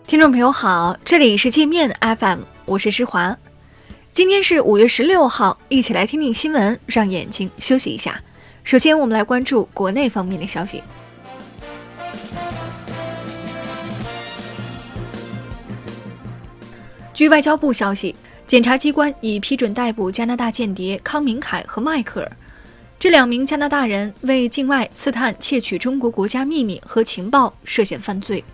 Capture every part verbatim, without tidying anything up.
听众朋友好，这里是界面 F M， 我是施华。今天是五月十六号，一起来听听新闻，让眼睛休息一下。首先我们来关注国内方面的消息。据外交部消息，检察机关已批准逮捕加拿大间谍康明凯和迈克尔。这两名加拿大人为境外刺探、窃取中国国家秘密和情报，涉嫌犯罪。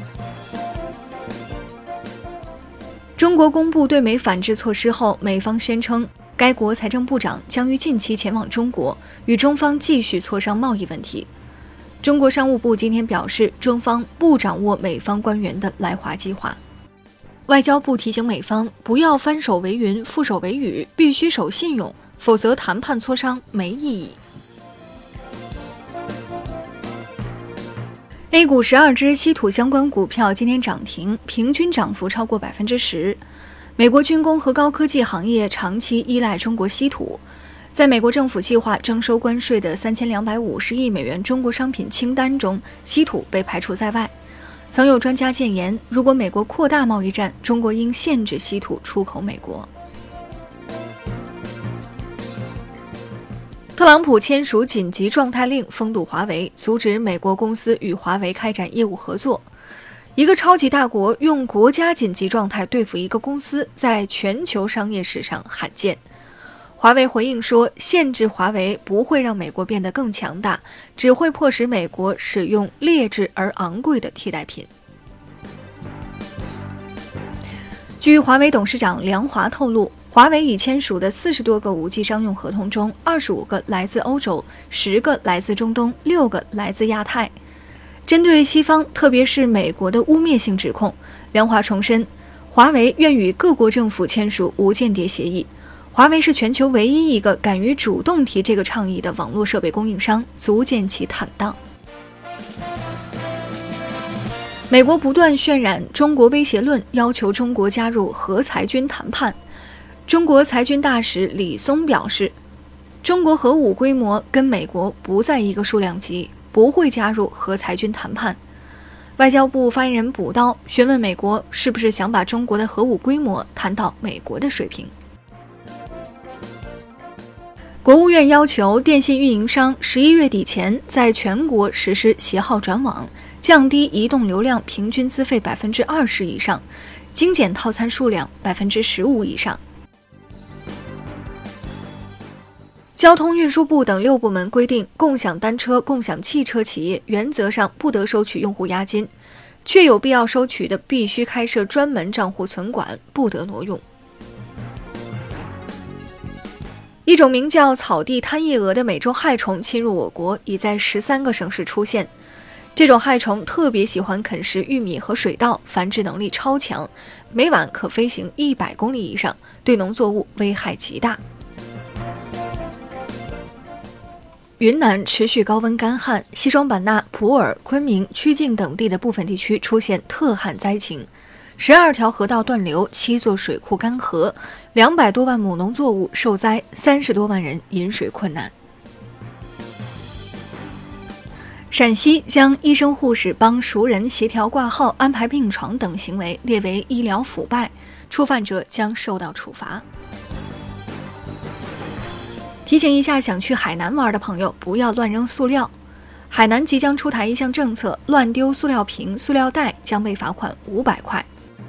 中国公布对美反制措施后，美方宣称该国财政部长将于近期前往中国，与中方继续磋商贸易问题。中国商务部今天表示，中方不掌握美方官员的来华计划。外交部提醒美方不要翻手为云、覆手为雨，必须守信用，否则谈判磋商没意义。A 股十二只稀土相关股票今天涨停，平均涨幅超过百分之十。美国军工和高科技行业长期依赖中国稀土，在美国政府计划征收关税的三千两百五十亿美元中国商品清单中，稀土被排除在外。曾有专家建言，如果美国扩大贸易战，中国应限制稀土出口美国。特朗普签署紧急状态令，封堵华为，阻止美国公司与华为开展业务合作。一个超级大国用国家紧急状态对付一个公司，在全球商业史上罕见。华为回应说，限制华为不会让美国变得更强大，只会迫使美国使用劣质而昂贵的替代品。据华为董事长梁华透露，华为已签署的四十多个 五 G 商用合同中，二十五个来自欧洲，十个来自中东，六个来自亚太。针对西方，特别是美国的污蔑性指控，梁华重申，华为愿与各国政府签署无间谍协议。华为是全球唯一一个敢于主动提这个倡议的网络设备供应商，足见其坦荡。美国不断渲染中国威胁论，要求中国加入核裁军谈判。中国裁军大使李松表示，中国核武规模跟美国不在一个数量级，不会加入核裁军谈判。外交部发言人补刀询问美国是不是想把中国的核武规模谈到美国的水平。国务院要求电信运营商十一月底前在全国实施携号转网，降低移动流量平均资费百分之二十以上，精简套餐数量百分之十五以上。交通运输部等六部门规定，共享单车、共享汽车企业原则上不得收取用户押金，确有必要收取的，必须开设专门账户存管，不得挪用。一种名叫草地贪叶蛾的美洲害虫侵入我国，已在十三个省市出现。这种害虫特别喜欢啃食玉米和水稻，繁殖能力超强，每晚可飞行一百公里以上，对农作物危害极大。云南持续高温干旱，西双版纳、普洱、昆明、曲靖等地的部分地区出现特旱灾情，十二条河道断流，七座水库干涸，两百多万亩农作物受灾，三十多万人饮水困难。陕西将医生护士帮熟人协调挂号、安排病床等行为列为医疗腐败，触犯者将受到处罚。提醒一下想去海南玩的朋友，不要乱扔塑料。海南即将出台一项政策，乱丢塑料瓶、塑料袋将被罚款五百块。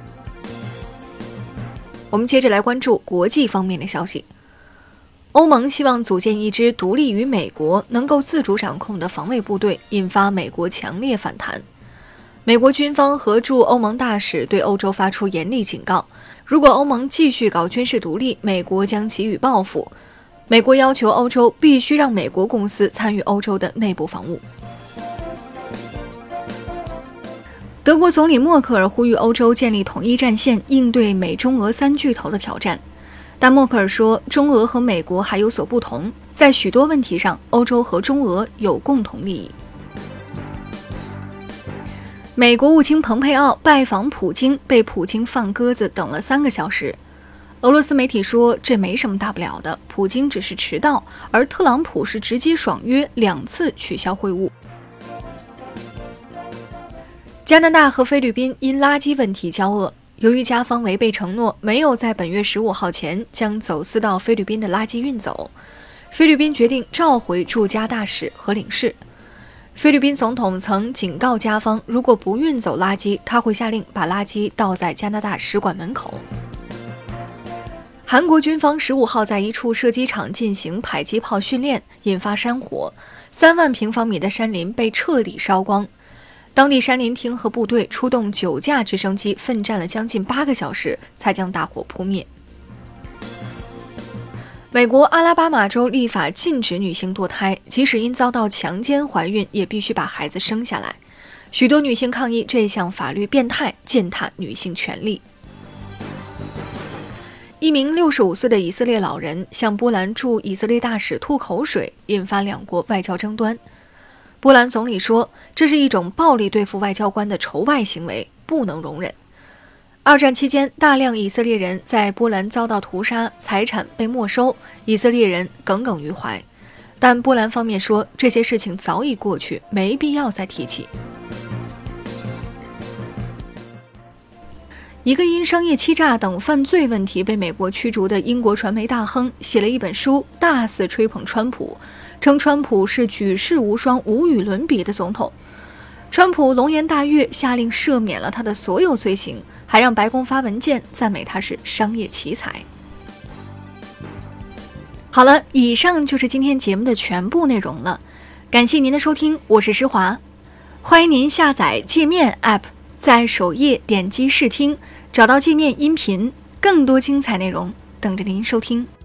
我们接着来关注国际方面的消息。欧盟希望组建一支独立于美国、能够自主掌控的防卫部队，引发美国强烈反弹。美国军方和驻欧盟大使对欧洲发出严厉警告，如果欧盟继续搞军事独立，美国将给予报复。美国要求欧洲必须让美国公司参与欧洲的内部防务。德国总理默克尔呼吁欧洲建立统一战线，应对美中俄三巨头的挑战。但默克尔说，中俄和美国还有所不同，在许多问题上，欧洲和中俄有共同利益。美国务卿蓬佩奥拜访普京，被普京放鸽子等了三个小时。俄罗斯媒体说，这没什么大不了的，普京只是迟到，而特朗普是直接爽约，两次取消会晤。 加拿大和菲律宾因垃圾问题交恶，由于加方违背承诺，没有在本月十五号前将走私到菲律宾的垃圾运走，菲律宾决定召回驻加大使和领事。菲律宾总统曾警告加方，如果不运走垃圾，他会下令把垃圾倒在加拿大使馆门口。韩国军方十五号在一处射击场进行迫击炮训练，引发山火，三万平方米的山林被彻底烧光。当地山林厅和部队出动九架直升机，奋战了将近八个小时，才将大火扑灭。美国阿拉巴马州立法禁止女性堕胎，即使因遭到强奸怀孕，也必须把孩子生下来。许多女性抗议这项法律变态，践踏女性权利。一名六十五岁的以色列老人向波兰驻以色列大使吐口水，引发两国外交争端。波兰总理说，这是一种暴力对付外交官的仇外行为，不能容忍。二战期间，大量以色列人在波兰遭到屠杀，财产被没收，以色列人耿耿于怀。但波兰方面说，这些事情早已过去，没必要再提起。一个因商业欺诈等犯罪问题被美国驱逐的英国传媒大亨写了一本书，大肆吹捧川普，称川普是举世无双、无与伦比的总统。川普龙颜大悦，下令赦免了他的所有罪行，还让白宫发文件赞美他是商业奇才。好了，以上就是今天节目的全部内容了，感谢您的收听，我是施华，欢迎您下载界面 App， 在首页点击试听，找到界面音频，更多精彩内容等着您收听。